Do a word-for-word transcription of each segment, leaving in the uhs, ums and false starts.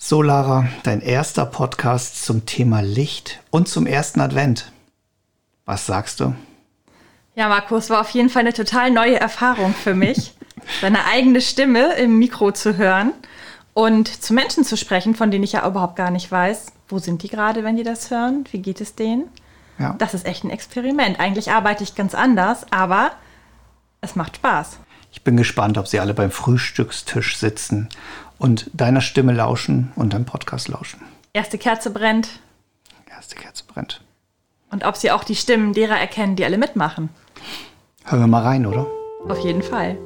So, Lara, dein erster Podcast zum Thema Licht und zum ersten Advent. Was sagst du? Ja, Markus, war auf jeden Fall eine total neue Erfahrung für mich, seine eigene Stimme im Mikro zu hören und zu Menschen zu sprechen, von denen ich ja überhaupt gar nicht weiß, wo sind die gerade, wenn die das hören? Wie geht es denen? Ja. Das ist echt ein Experiment. Eigentlich arbeite ich ganz anders, aber es macht Spaß. Ich bin gespannt, ob sie alle beim Frühstückstisch sitzen und deiner Stimme lauschen und deinem Podcast lauschen. Erste Kerze brennt. Erste Kerze brennt. Und ob sie auch die Stimmen derer erkennen, die alle mitmachen. Hören wir mal rein, oder? Auf jeden Fall.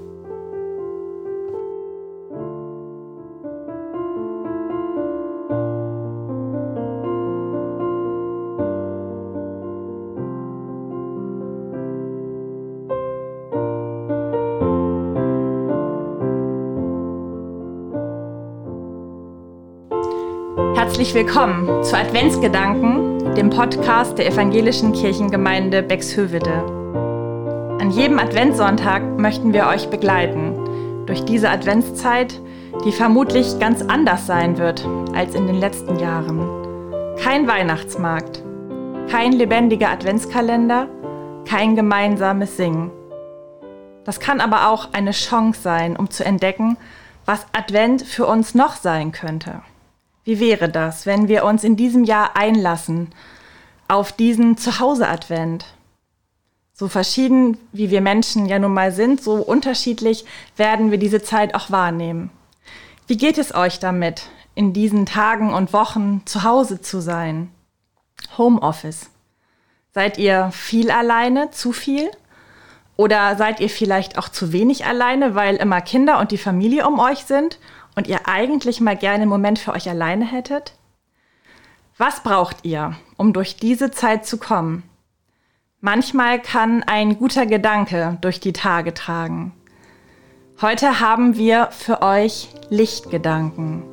Herzlich willkommen zu Adventsgedanken, dem Podcast der Evangelischen Kirchengemeinde Bexhövede. An jedem Adventssonntag möchten wir euch begleiten durch diese Adventszeit, die vermutlich ganz anders sein wird als in den letzten Jahren. Kein Weihnachtsmarkt, kein lebendiger Adventskalender, kein gemeinsames Singen. Das kann aber auch eine Chance sein, um zu entdecken, was Advent für uns noch sein könnte. Wie wäre das, wenn wir uns in diesem Jahr einlassen auf diesen Zuhause-Advent? So verschieden, wie wir Menschen ja nun mal sind, so unterschiedlich werden wir diese Zeit auch wahrnehmen. Wie geht es euch damit, in diesen Tagen und Wochen zu Hause zu sein? Homeoffice. Seid ihr viel alleine, zu viel? Oder seid ihr vielleicht auch zu wenig alleine, weil immer Kinder und die Familie um euch sind und ihr eigentlich mal gerne einen Moment für euch alleine hättet? Was braucht ihr, um durch diese Zeit zu kommen? Manchmal kann ein guter Gedanke durch die Tage tragen. Heute haben wir für euch Lichtgedanken.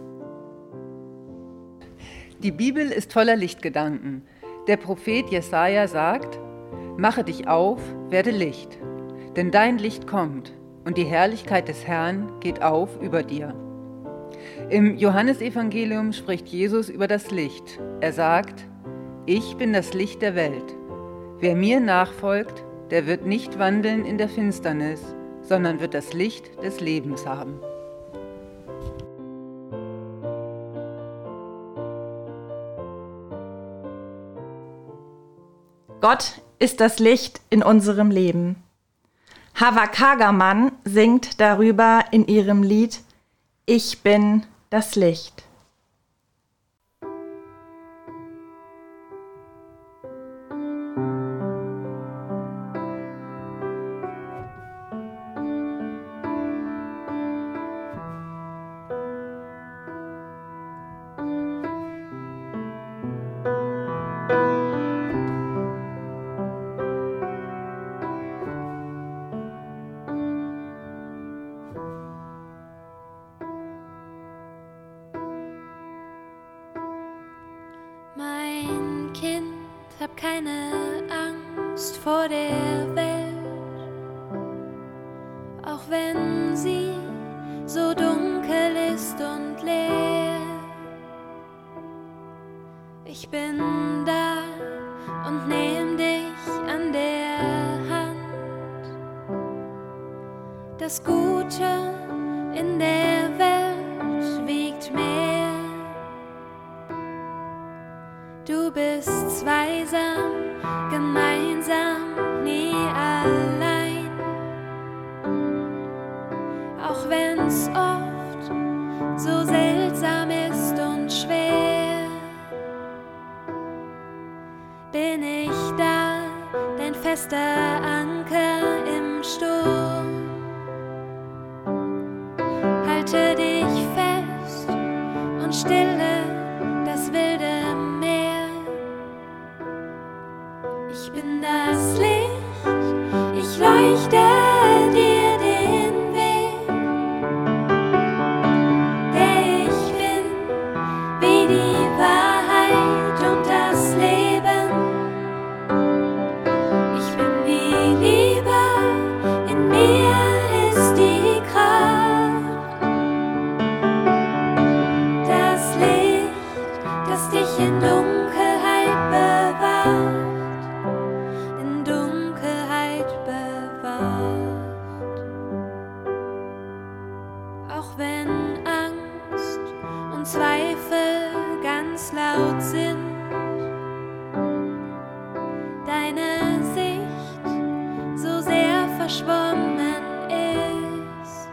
Die Bibel ist voller Lichtgedanken. Der Prophet Jesaja sagt: Mache dich auf, werde Licht, denn dein Licht kommt und die Herrlichkeit des Herrn geht auf über dir. Im Johannesevangelium spricht Jesus über das Licht. Er sagt: Ich bin das Licht der Welt. Wer mir nachfolgt, der wird nicht wandeln in der Finsternis, sondern wird das Licht des Lebens haben. Gott ist das Licht in unserem Leben. Hava Kagermann singt darüber in ihrem Lied Ich bin das Licht. Mein Kind, hab keine Angst vor der Welt, auch wenn sie so dunkel ist und leer. Ich bin da und nehm dich an der Hand. Das Gute in der Welt wiegt mehr. Du bist zweisam, gemeinsam, nie allein. Auch wenn's oft so seltsam ist und schwer, bin ich da, dein fester Anker im Sturm. Halte dich fest und stille das wilde Meer. Ich bin das Licht, ich leuchte dir den Weg, der ich bin, wie die Wahrheit und das Leben. Ich bin die Liebe, in mir ist die Kraft, das Leben. dich in Dunkelheit bewahrt, in Dunkelheit bewahrt. Auch wenn Angst und Zweifel ganz laut sind, deine Sicht so sehr verschwommen ist,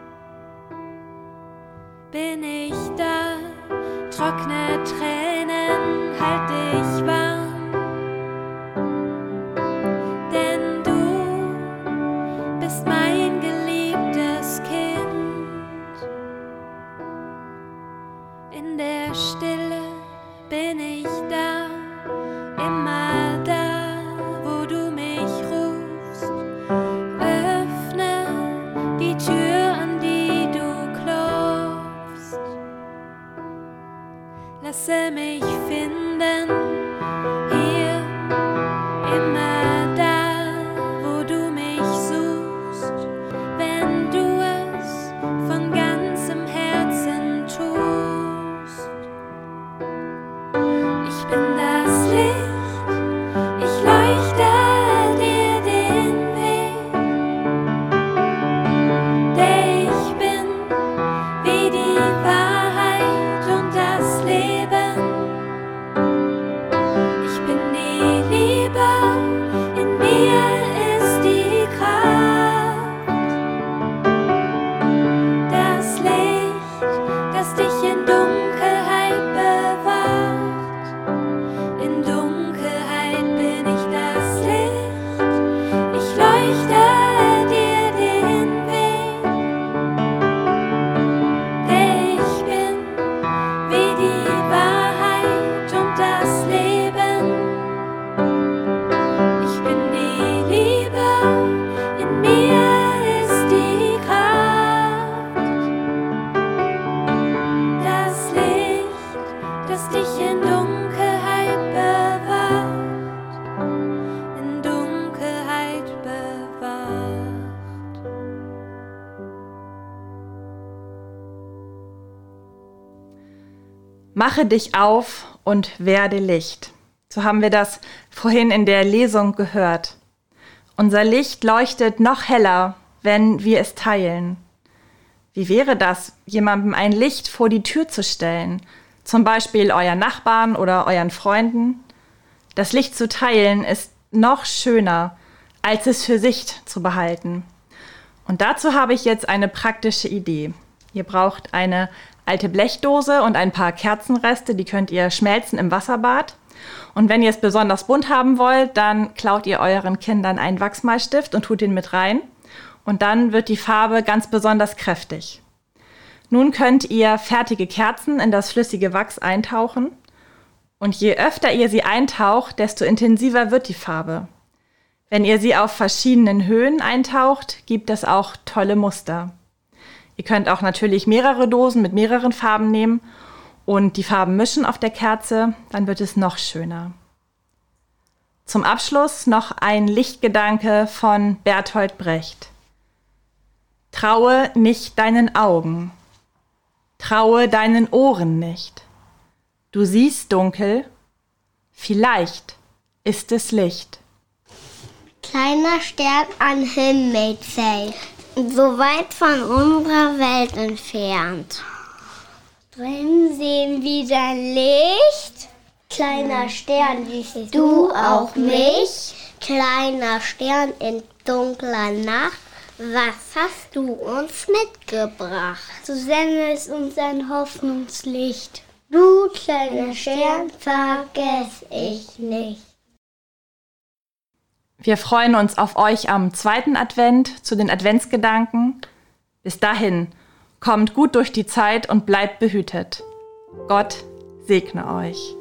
bin ich da, trockne Tränen, halt dich warm, denn du bist mein geliebtes Kind. In der Stille bin ich da, immer da, wo du mich rufst. Öffne die Tür, an die du klopfst. Lasse mich finden, hier, immer da, wo du mich suchst, wenn du es von ganzem Herzen tust. Ich bin das Licht, ich leuchte dir den Weg, der ich bin, wie die Wahrheit und das Leben. Ich bin die Liebe, in mir ist die Kraft, das Licht, das dich in Dunkelheit bewahrt. In Dunkelheit bin ich das Licht, ich leuchte dir den Weg, der ich bin, wie die Wahrheit und das Leben. Ich bin die Liebe, in mir ist die Kraft, das Licht, das dich in Dunkelheit bewahrt, in Dunkelheit bewahrt. Mache dich auf und werde Licht. So haben wir das vorhin in der Lesung gehört. Unser Licht leuchtet noch heller, wenn wir es teilen. Wie wäre das, jemandem ein Licht vor die Tür zu stellen? Zum Beispiel euren Nachbarn oder euren Freunden? Das Licht zu teilen ist noch schöner, als es für sich zu behalten. Und dazu habe ich jetzt eine praktische Idee. Ihr braucht eine alte Blechdose und ein paar Kerzenreste, die könnt ihr schmelzen im Wasserbad. Und wenn ihr es besonders bunt haben wollt, dann klaut ihr euren Kindern einen Wachsmalstift und tut ihn mit rein. Und dann wird die Farbe ganz besonders kräftig. Nun könnt ihr fertige Kerzen in das flüssige Wachs eintauchen. Und je öfter ihr sie eintaucht, desto intensiver wird die Farbe. Wenn ihr sie auf verschiedenen Höhen eintaucht, gibt es auch tolle Muster. Ihr könnt auch natürlich mehrere Dosen mit mehreren Farben nehmen und die Farben mischen auf der Kerze, dann wird es noch schöner. Zum Abschluss noch ein Lichtgedanke von Bertolt Brecht. Traue nicht deinen Augen, traue deinen Ohren nicht. Du siehst dunkel, vielleicht ist es Licht. Kleiner Stern am Himmelsfeld, so weit von unserer Welt entfernt. Drin sehen wir dein Licht. Kleiner Stern, siehst du auch mich? Kleiner Stern in dunkler Nacht, was hast du uns mitgebracht? Du sendest uns ein Hoffnungslicht. Du kleiner Stern, vergess ich nicht. Wir freuen uns auf euch am zweiten Advent zu den Adventsgedanken. Bis dahin, kommt gut durch die Zeit und bleibt behütet. Gott segne euch.